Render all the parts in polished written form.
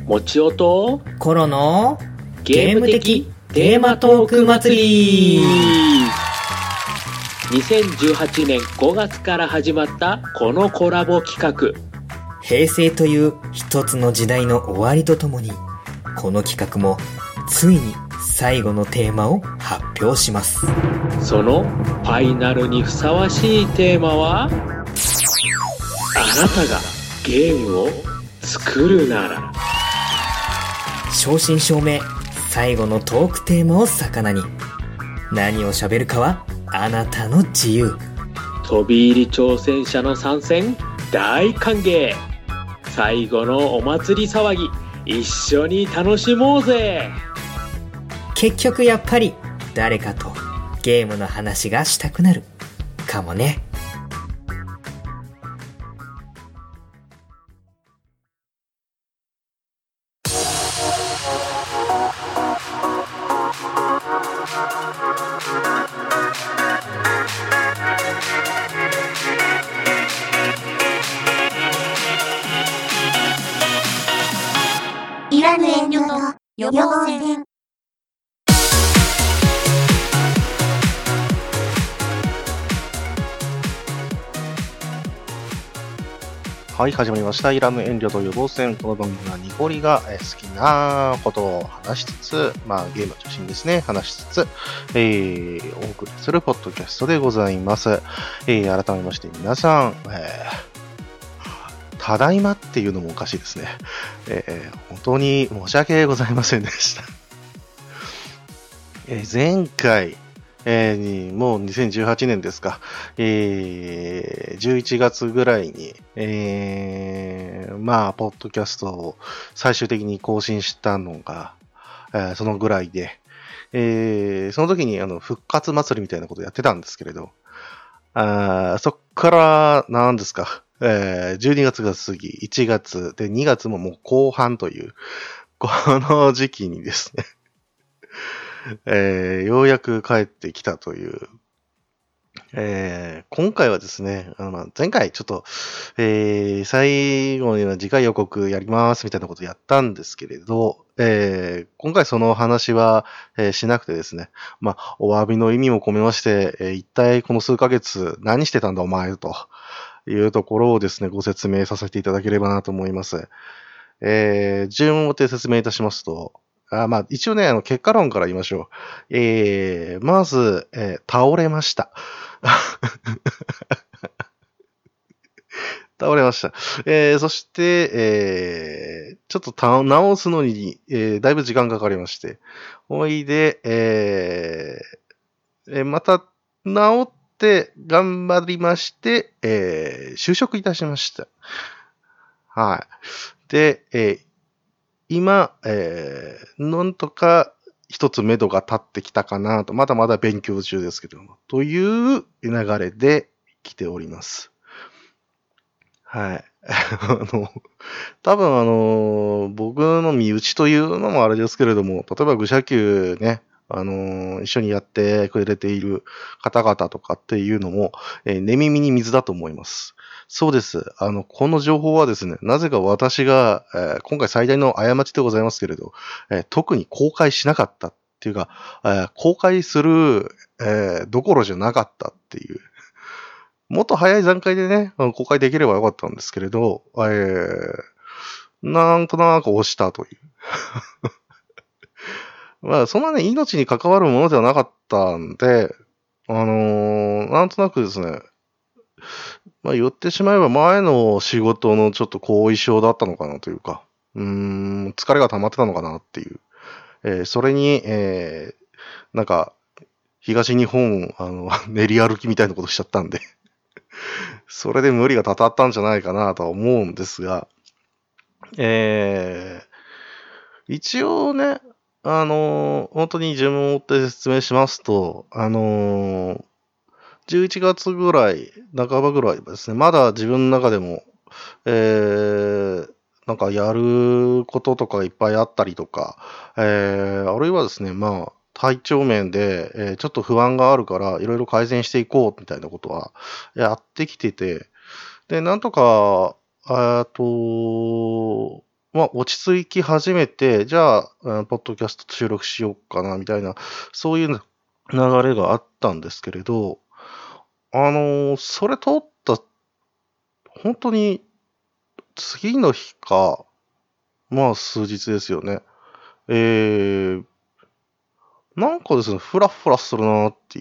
もちおとコロのゲーム的テーマトーク祭り。 2018年5月から始まったこのコラボ企画。 平成という一つの時代の終わりとともに、この企画もついに最後のテーマを発表します。 そのファイナルにふさわしいテーマは、あなたがゲームを作るなら。 正真正銘最後のトークテーマを魚に、何を喋るかはあなたの自由。 飛び入り挑戦者の参戦大歓迎。最後のお祭り騒ぎ、一緒に楽しもうぜ。 結局やっぱり誰かとゲームの話がしたくなるかもね。 いらぬ遠慮と予防線。 はい、始まりました。いらぬ遠慮と予防線。この番組はニコリが好きなことを話しつつ、ゲームを中心にですね、話しつつ、お送りするポッドキャストでございます。改めまして皆さん、ただいまっていうのもおかしいですね。本当に申し訳ございませんでした。前回、にもう2018年ですか、11月ぐらいに、ポッドキャストを最終的に更新したのが、そのぐらいで、その時に復活祭りみたいなことやってたんですけれど、そっから何ですか、12月が過ぎ、1月で2月ももう後半という、この時期にですね、ようやく帰ってきたという、今回はですね、前回ちょっと、最後には次回予告やりますみたいなことやったんですけれど、今回その話は、しなくてですね、お詫びの意味も込めまして、一体この数ヶ月何してたんだお前というところをですね、ご説明させていただければなと思います。順を追って説明いたしますと、一応ね、結果論から言いましょう。まず、倒れました。倒れました。そして、ちょっと直すのに、だいぶ時間かかりまして。おいで、また直って頑張りまして、就職いたしました。はい。で、今、なんとか一つ目処が立ってきたかなと、まだまだ勉強中ですけども、という流れで来ております。はい。多分僕の身内というのもあれですけれども、例えば愚者級ね、一緒にやってくれている方々とかっていうのも、寝耳に水だと思います。そうです。この情報はですね、なぜか私が、今回最大の過ちでございますけれど、特に公開しなかったっていうか、公開する、どころじゃなかったっていう。もっと早い段階でね、公開できればよかったんですけれど、なんとなく押したという。そんなね、命に関わるものではなかったんで、なんとなくですね、言ってしまえば前の仕事のちょっと後遺症だったのかなというか、疲れが溜まってたのかなっていう。それに、なんか、東日本、練り歩きみたいなことしちゃったんで、それで無理がたたったんじゃないかなとは思うんですが、一応ね、本当に順を追って説明しますと、11月ぐらい、半ばぐらいですね、まだ自分の中でも、なんかやることとかいっぱいあったりとか、あるいはですね、体調面で、ちょっと不安があるから、いろいろ改善していこうみたいなことはやってきてて、で、なんとか、 落ち着き始めて、じゃあ、ポッドキャスト収録しようかな、みたいな、そういう流れがあったんですけれど、それ撮った、本当に、次の日か、数日ですよね。なんかですね、フラフラするなって言って、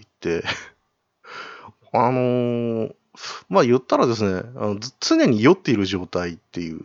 言ったらですね、常に酔っている状態っていう、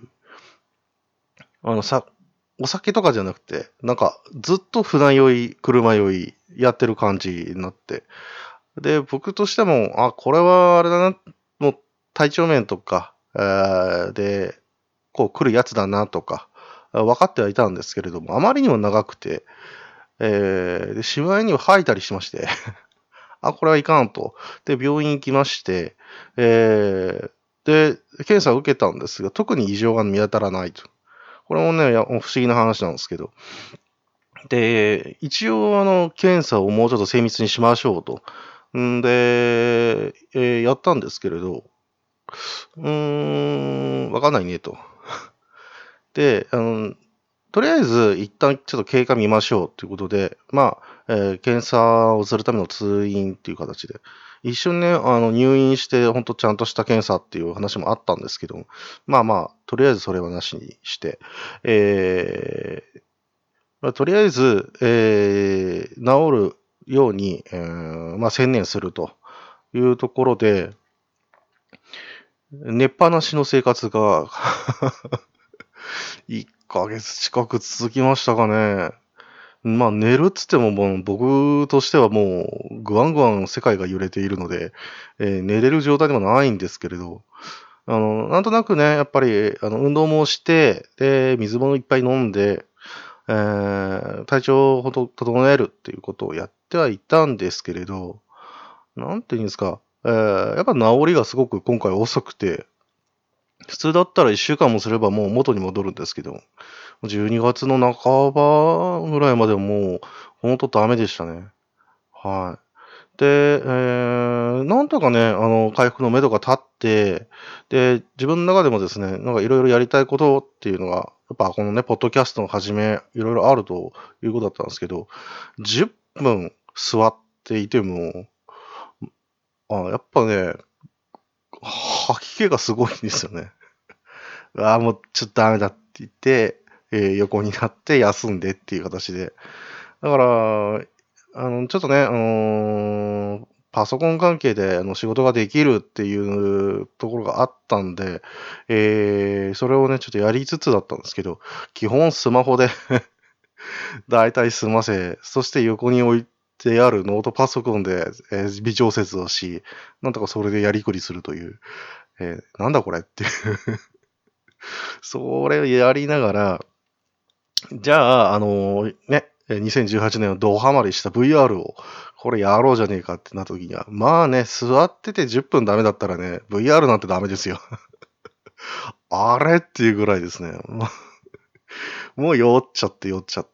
お酒とかじゃなくて、なんかずっと船酔い、車酔いやってる感じになって、で、僕としても、これはあれだな、もう体調面とか、で、こう来るやつだなとか、分かってはいたんですけれども、あまりにも長くて、で、しまいには吐いたりしまして、これはいかんと。で、病院行きまして、で、検査を受けたんですが、特に異常が見当たらないと。これもね、不思議な話なんですけど。で、一応、検査をもうちょっと精密にしましょうと。んで、やったんですけれど、わかんないねと。で、とりあえず一旦ちょっと経過見ましょうということで、検査をするための通院っていう形で、一緒にね、入院して、本当ちゃんとした検査っていう話もあったんですけど、とりあえずそれはなしにして、とりあえず、治るように、専念するというところで、寝っぱなしの生活が1ヶ月近く続きましたかね。寝るっつってももう僕としてはもうぐわんぐわん世界が揺れているので、寝れる状態でもないんですけれど、なんとなくね、やっぱり運動もして、で、水もいっぱい飲んで、体調を整えるっていうことをやってはいたんですけれど、なんていうんですか、やっぱ治りがすごく今回遅くて、普通だったら1週間もすればもう元に戻るんですけど、12月の半ばぐらいまではもう、ほんとダメでしたね。はい。で、なんとかね、回復の目処が立って、で、自分の中でもですね、なんかいろいろやりたいことっていうのが、やっぱこのね、ポッドキャストの始め、いろいろあるということだったんですけど、10分座っていても、やっぱね、吐き気がすごいんですよね。もうちょっとダメだって言って、横になって休んでっていう形で。だから、ちょっとね、パソコン関係で仕事ができるっていうところがあったんで、それをね、ちょっとやりつつだったんですけど、基本スマホでだいたい済ませ、そして横に置いてあるノートパソコンで、微調節をし、なんとかそれでやりくりするという、なんだこれっていうそれをやりながら、じゃあ、2018年のドハマりした VR を、これやろうじゃねえかってなった時には、座ってて10分ダメだったらね、VR なんてダメですよ。あれっていうぐらいですね。もう酔っちゃって。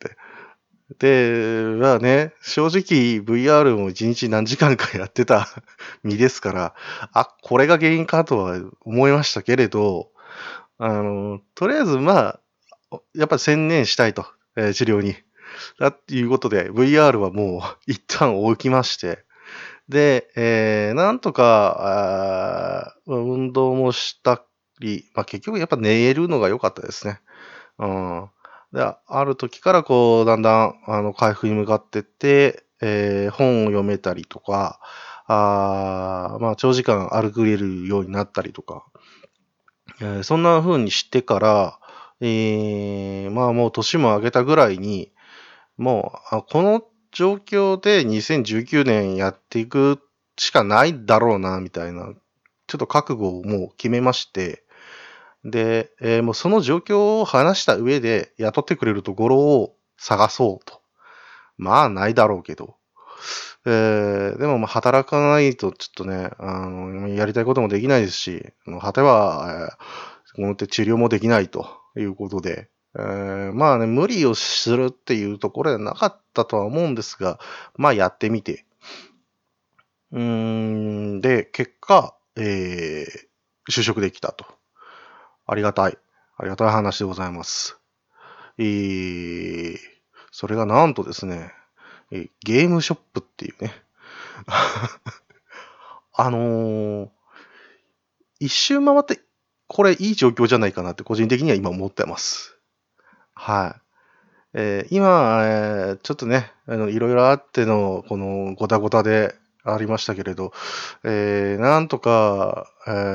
で、正直 VR も1日何時間かやってた身ですから、これが原因かとは思いましたけれど、とりあえずやっぱり専念したいと、治療に。だっていうことで、VR はもう一旦置きまして、で、なんとか、運動もしたり、結局やっぱ寝るのが良かったですね。で、ある時からだんだん、回復に向かってって、本を読めたりとか、長時間歩けるようになったりとか、そんな風にしてから、もう年も上げたぐらいに、もう、この状況で2019年やっていくしかないだろうな、みたいな、ちょっと覚悟をもう決めまして、で、もうその状況を話した上で雇ってくれるところを探そうと。ないだろうけど。でも働かないとちょっとね、やりたいこともできないですし、果ては、この手治療もできないということで、無理をするっていうところではなかったとは思うんですが、やってみて。で、結果、就職できたと。ありがたい話でございます。 それがなんとですね、ゲームショップっていうね。一周回って、これいい状況じゃないかなって個人的には今思ってます。はい。今、ちょっとね、いろいろあっての、このごたごたでありましたけれど、なんとか、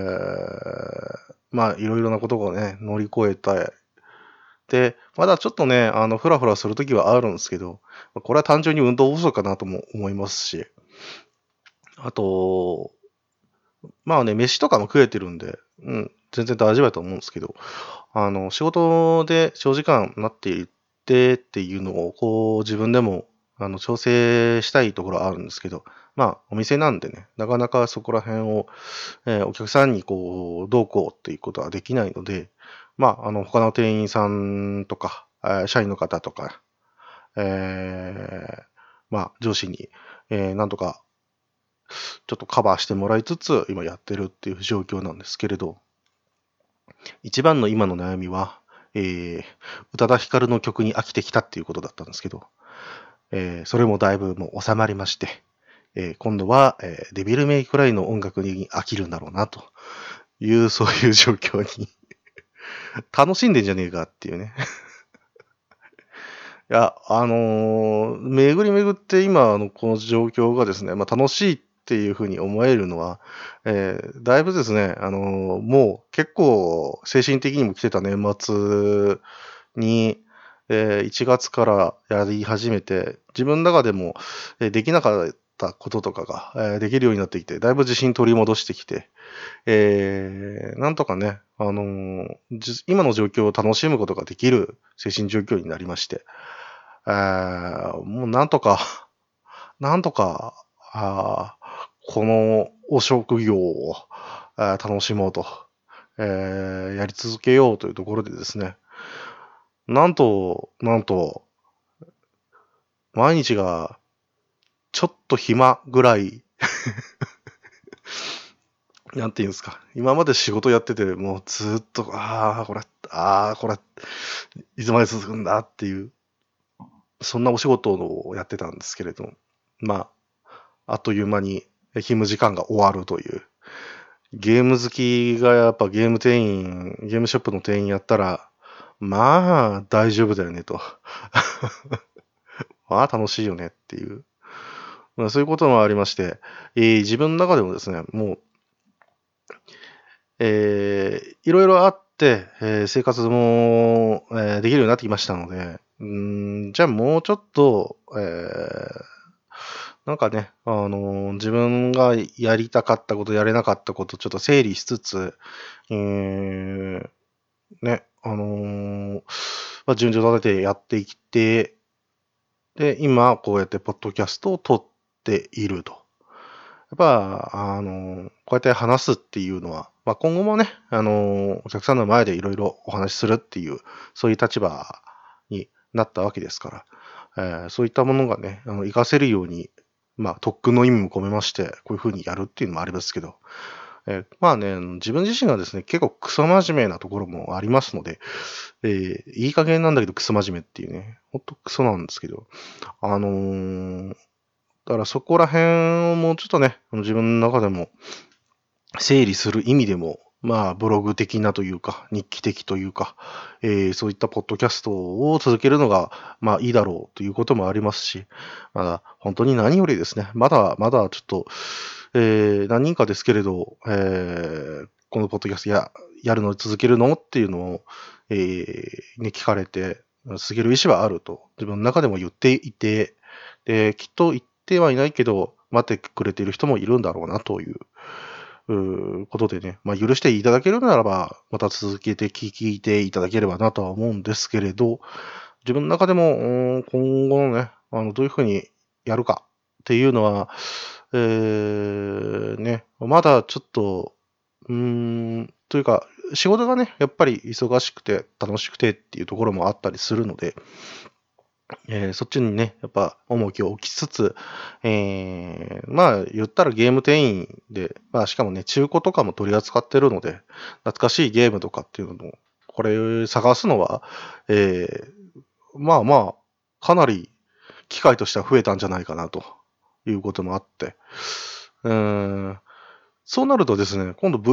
まあ、いろいろなことをね、乗り越えた。で、まだちょっとね、ふらふらするときはあるんですけど、これは単純に運動不足かなとも思いますし、あと、まあね、飯とかも食えてるんで、全然大丈夫だと思うんですけど、仕事で長時間なっていってっていうのを、こう、自分でも、調整したいところはあるんですけど、まあ、お店なんでね、なかなかそこら辺を、お客さんにこう、どうこうっていうことはできないので、まあ、他の店員さんとか、社員の方とか、まあ、上司に、なんとか、ちょっとカバーしてもらいつつ、今やってるっていう状況なんですけれど、一番の今の悩みは、宇多田ヒカルの曲に飽きてきたっていうことだったんですけど、それもだいぶもう収まりまして、今度は、デビルメイクライの音楽に飽きるんだろうな、という、そういう状況に楽しんでんじゃねえかっていうね。いや、巡り巡って今のこの状況がですね、まあ楽しいっていうふうに思えるのは、だいぶですね、もう結構精神的にも来てた年末に、1月からやり始めて、自分の中でも、できなかったこととかが、できるようになってきて、だいぶ自信取り戻してきて、なんとかね、今の状況を楽しむことができる精神状況になりまして、もうなんとか、このお職業を楽しもうと、やり続けようというところでですね、なんと、毎日がちょっと暇ぐらい、なんていうんですか、今まで仕事やってて、もうずっと、これ、いつまで続くんだっていう、そんなお仕事をやってたんですけれど、まあ、あっという間に勤務時間が終わるという、ゲーム好きがやっぱゲームショップの店員やったら、まあ、大丈夫だよねと。まあ、楽しいよねっていう。まあ、そういうこともありまして、自分の中でもですね、もう、いろいろあって、生活も、できるようになってきましたので、じゃあもうちょっと、なんかね、自分がやりたかったこと、やれなかったこと、ちょっと整理しつつ、ね、まあ、順序立ててやっていって、で、今、こうやってポッドキャストを撮っていると。やっぱ、こうやって話すっていうのは、まあ、今後もね、お客さんの前でいろいろお話しするっていう、そういう立場になったわけですから、そういったものがね、活かせるように、まあ、特訓の意味も込めまして、こういうふうにやるっていうのもありますけど、まあね、自分自身がですね、結構クソ真面目なところもありますので、いい加減なんだけどクソ真面目っていうね、ほんとクソなんですけど、だからそこら辺をもうちょっとね、自分の中でも整理する意味でも、まあ、ブログ的なというか、日記的というか、そういったポッドキャストを続けるのが、まあいいだろうということもありますし、まだ本当に何よりですね、まだちょっと、何人かですけれど、このポッドキャストやるの続けるのっていうのを、ね、聞かれて、続ける意思はあると、自分の中でも言っていて、で、きっと言ってはいないけど、待ってくれている人もいるんだろうなという、ことでね、まあ許していただけるならば、また続けて聞いていただければなとは思うんですけれど、自分の中でも、今後のね、どういうふうにやるかっていうのは、ね、まだちょっと、というか、仕事がね、やっぱり忙しくて楽しくてっていうところもあったりするので、そっちにね、やっぱ重きを置きつつ、まあ言ったらゲーム店員で、まあしかもね、中古とかも取り扱ってるので、懐かしいゲームとかっていうのも、これ探すのは、 まあまあ、かなり機会としては増えたんじゃないかなということもあって、そうなるとですね、今度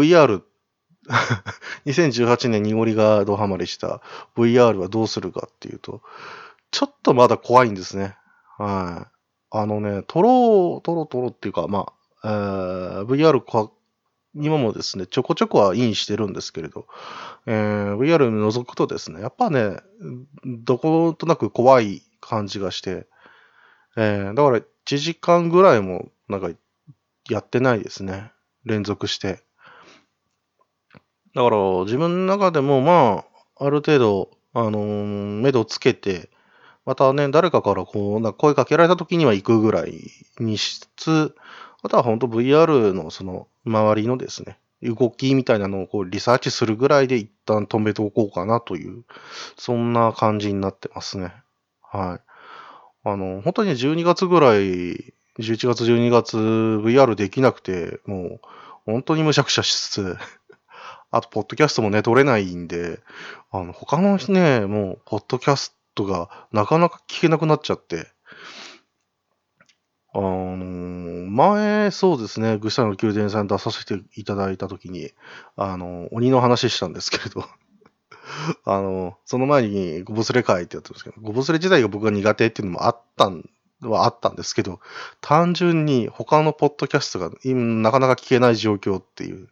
VR、2018年にゴリがドハマりした VR はどうするかっていうと、ちょっとまだ怖いんですね。はい。トロっていうか、まあ、VR 今もですね、ちょこちょこはインしてるんですけれど、VR を覗くとですね、やっぱね、どことなく怖い感じがして、だから1時間ぐらいもなんかやってないですね。連続して。だから自分の中でもまあ、ある程度、目処つけて、またね、誰かから声かけられた時には行くぐらいにしつつ、あとは本当 VR のその周りのですね、動きみたいなのをリサーチするぐらいで一旦止めておこうかなという、そんな感じになってますね。はい。本当に12月ぐらい、11月、12月 VR できなくて、もう本当にむしゃくしゃしつつ、あと、ポッドキャストもね、撮れないんで、他のね、もう、ポッドキャストがなかなか聞けなくなっちゃって、前、そうですね、愚者の宮殿さん出させていただいたときに、鬼の話したんですけれど、その前にゴボスレ会ってやってるんですけど、ゴボスレ自体が僕が苦手っていうのもあったんですけど、単純に他のポッドキャストが今なかなか聞けない状況っていう、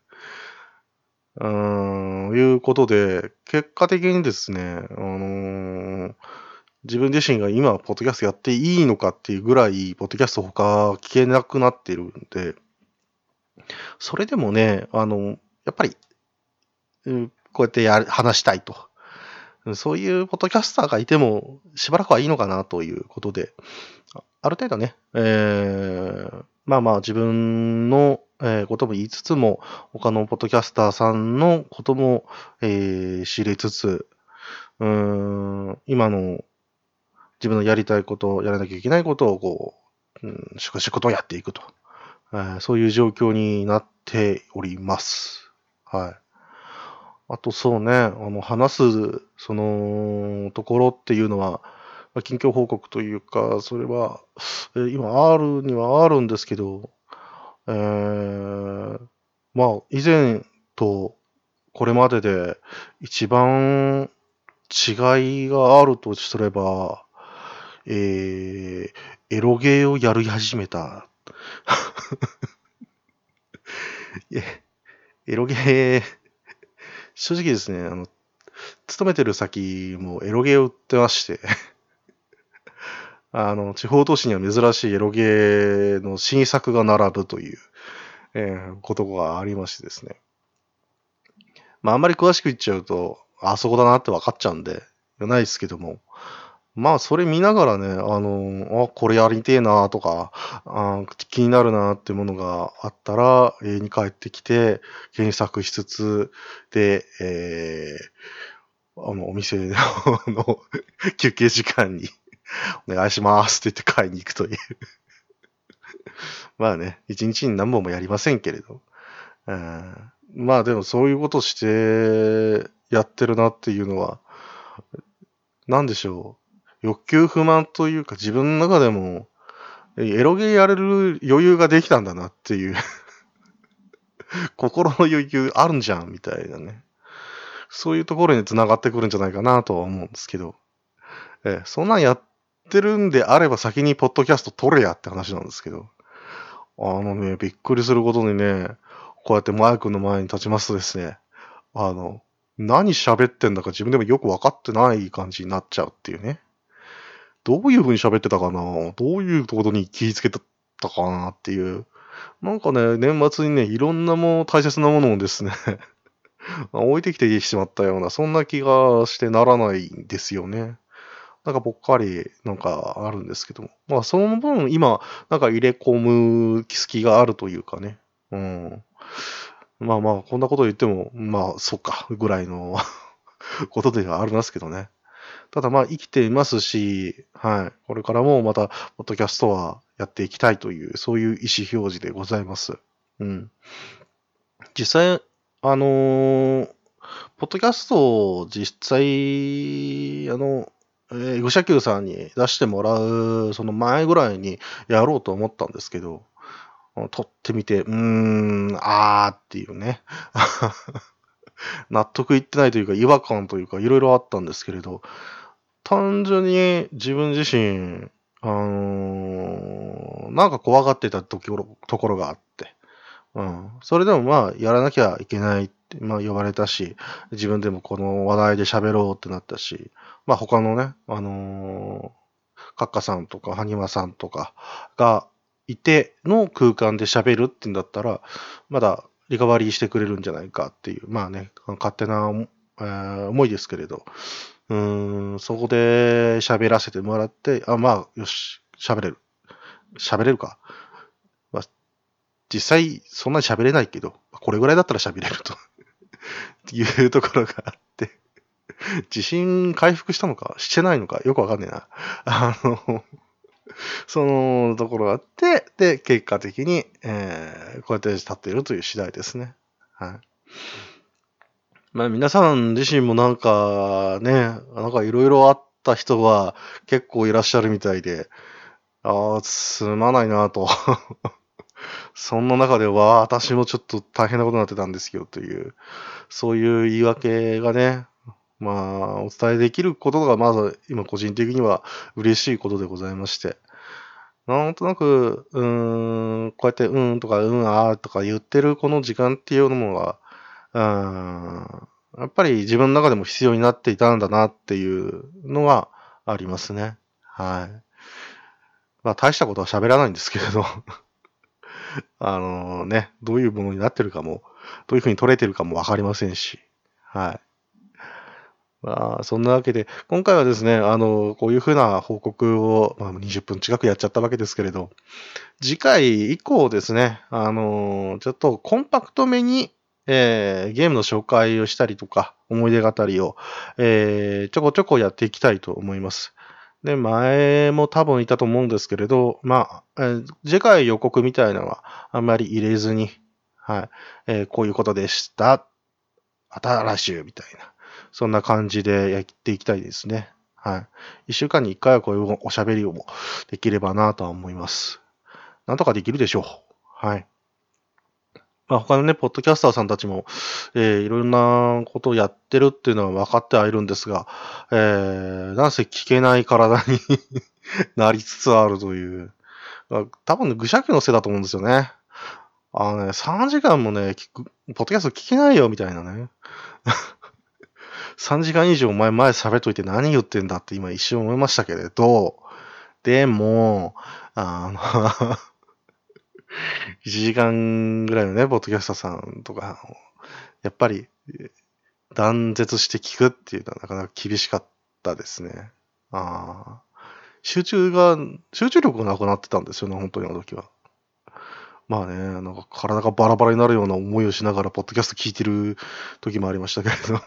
いうことで、結果的にですね、自分自身が今、ポッドキャストやっていいのかっていうぐらい、ポッドキャスト他聞けなくなっているんで、それでもね、やっぱり、こうやって話したいと。そういうポッドキャスターがいても、しばらくはいいのかなということで、ある程度ね、まあまあ自分のことも言いつつも、他のポッドキャスターさんのことも、知りつつ、今の自分のやりたいこと、やらなきゃいけないことを仕事をやっていくと、そういう状況になっております。はい。あとそうね、話す、その、ところっていうのは、近況報告というか、それは、今あるにはあるんですけど、まあ、以前とこれまでで一番違いがあるとすれば、エロゲーをやり始めた。エロゲー、正直ですね、勤めてる先もエロゲーを売ってまして地方都市には珍しいエロゲーの新作が並ぶという、ことがありましてですね。まあ、あんまり詳しく言っちゃうと、あそこだなって分かっちゃうんで、ないですけども。まあ、それ見ながらね、これやりてえなとか、気になるなっていうものがあったら、家に帰ってきて、検索しつつ、で、お店の休憩時間にお願いしますって言って買いに行くというまあね、一日に何本もやりませんけれど。まあでもそういうことしてやってるなっていうのは、なんでしょう。欲求不満というか自分の中でも、エロゲーやれる余裕ができたんだなっていう心の余裕あるんじゃんみたいなね。そういうところに繋がってくるんじゃないかなとは思うんですけど。そんなんやってるんであれば先にポッドキャスト撮れやって話なんですけど。びっくりすることにね、こうやってマイクの前に立ちますとですね、何喋ってんだか自分でもよくわかってない感じになっちゃうっていうね。どういう風に喋ってたかな、どういうところに気ぃつけてたかなっていう。なんかね、年末にね、いろんな大切なものをですね置いてきてしまったような、そんな気がしてならないんですよね。なんかぽっかりなんかあるんですけども。まあその分今、なんか入れ込む隙があるというかね。うん。まあまあ、こんなこと言っても、まあ、そっか、ぐらいのことではありますけどね。ただまあ、生きていますし、はい。これからもまた、ポッドキャストはやっていきたいという、そういう意思表示でございます。うん。実際、ポッドキャストを実際、 愚者級さんに出してもらう、その前ぐらいにやろうと思ったんですけど、撮ってみて、っていうね。納得いってないというか、違和感というか、いろいろあったんですけれど、単純に自分自身、なんか怖がってたところがあって、それでもまあ、やらなきゃいけないって、まあ、呼ばれたし、自分でもこの話題で喋ろうってなったし、まあ、他のね、カッカさんとか、ハニワさんとかがいての空間で喋るってんだったら、まだリカバリーしてくれるんじゃないかっていう、まあね、勝手な、思いですけれど、そこで喋らせてもらって、まあ、よし、喋れるか。まあ、実際、そんなに喋れないけど、これぐらいだったら喋れるというところがあって、自信回復したのか、してないのか、よくわかんねえな。そのところがあって、で、結果的に、こうやって立っているという次第ですね。はい。まあ皆さん自身もなんかね、なんかいろいろあった人は結構いらっしゃるみたいで、すまないなと。そんな中では私もちょっと大変なことになってたんですよという、そういう言い訳がね、まあお伝えできることがまず今個人的には嬉しいことでございまして、なんとなく、こうやってとかとか言ってるこの時間っていうのが、やっぱり自分の中でも必要になっていたんだなっていうのはありますね。はい。まあ大したことは喋らないんですけれど、どういうものになってるかも、どういうふうに取れてるかもわかりませんし、はい。まあ、そんなわけで、今回はですね、こういうふうな報告を、まあ、20分近くやっちゃったわけですけれど、次回以降ですね、ちょっとコンパクトめに、ゲームの紹介をしたりとか、思い出語りを、ちょこちょこやっていきたいと思います。で、前も多分言ったと思うんですけれど、まあ、次回予告みたいなのはあんまり入れずに、はい、こういうことでした。新しいみたいな。そんな感じでやっていきたいですね。はい。1週間に1回はこういうおしゃべりをもできればなとは思います。なんとかできるでしょう。はい。まあ、他のね、ポッドキャスターさんたちも、いろんなことをやってるっていうのは分かってはいるんですが、なんせ聞けない体になりつつあるという。多分ね、愚者級のせいだと思うんですよね。3時間もね、ポッドキャスト聞けないよ、みたいなね。3時間以上前喋っといて何言ってんだって今一瞬思いましたけれど、でも、1時間ぐらいのね、ポッドキャスターさんとか、やっぱり断絶して聞くっていうのはなかなか厳しかったですね。集中力がなくなってたんですよね、本当にあの時は。まあね、なんか体がバラバラになるような思いをしながら、ポッドキャスト聞いてる時もありましたけれど。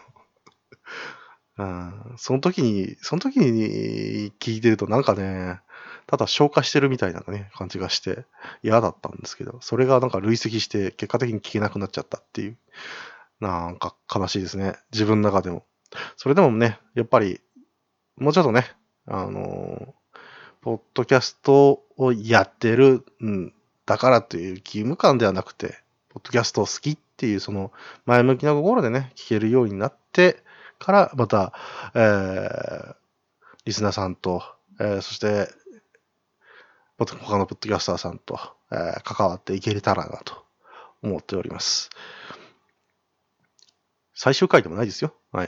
その時に聞いてるとなんかね、ただ消化してるみたいなね、感じがして嫌だったんですけど、それがなんか累積して結果的に聞けなくなっちゃったっていう、なんか悲しいですね。自分の中でも。それでもね、やっぱり、もうちょっとね、ポッドキャストをやってる、だからという義務感ではなくて、ポッドキャストを好きっていうその前向きな心でね、聞けるようになって、からまた、リスナーさんと、そして他のポッドキャスターさんと、関わっていけれたらなと思っております。最終回でもないですよ。はい。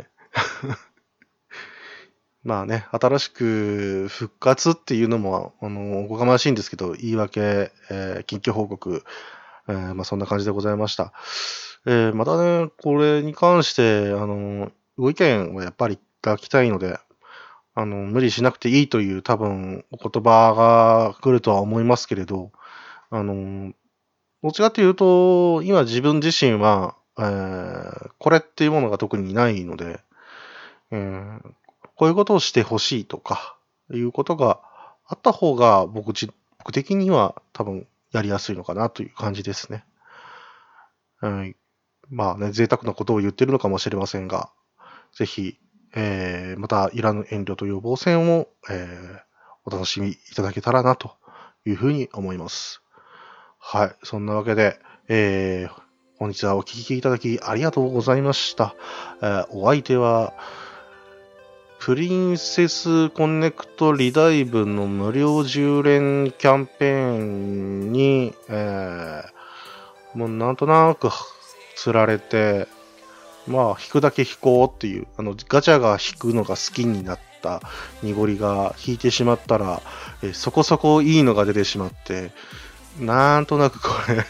まあね、新しく復活っていうのも、おこがましいんですけど、言い訳、緊急報告、まあそんな感じでございました。またね、これに関して、ご意見はやっぱりいただきたいので、無理しなくていいという多分お言葉が来るとは思いますけれど、どっちかというと、今自分自身は、これっていうものが特にないので、こういうことをしてほしいとか、いうことがあった方が僕的には多分やりやすいのかなという感じですね。まあね、贅沢なことを言ってるのかもしれませんが、ぜひ、 またいらぬ遠慮と予防線を、お楽しみいただけたらなというふうに思います。はい。そんなわけで、本日はお聞きいただきありがとうございました。お相手は、プリンセスコネクトリダイブの無料10連キャンペーンに、もうなんとなく釣られて、まあ、引くだけ引こうっていう、ガチャが引くのが好きになった濁りが引いてしまったら、そこそこいいのが出てしまって、なんとなく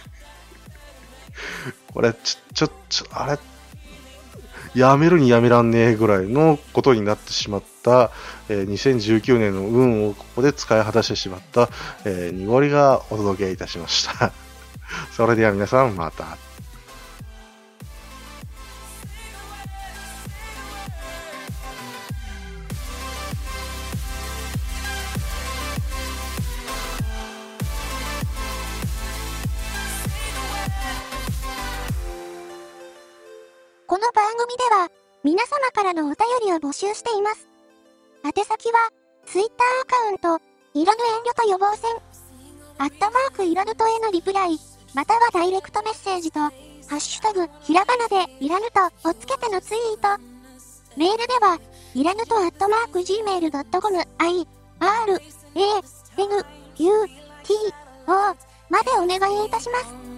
これ、あれ、やめるにやめらんねえぐらいのことになってしまった、2019年の運をここで使い果たしてしまった、濁りがお届けいたしました。それでは皆さんまた。 この番組では、皆様からのお便りを募集しています。宛先は、Twitter アカウント、いらぬ遠慮と予防線、@いらぬとへのリプライ、またはダイレクトメッセージと、ハッシュタグ、ひらがなで、いらぬとをつけてのツイート。メールでは、いらぬと@gmail.com、IRANUTO までお願いいたします。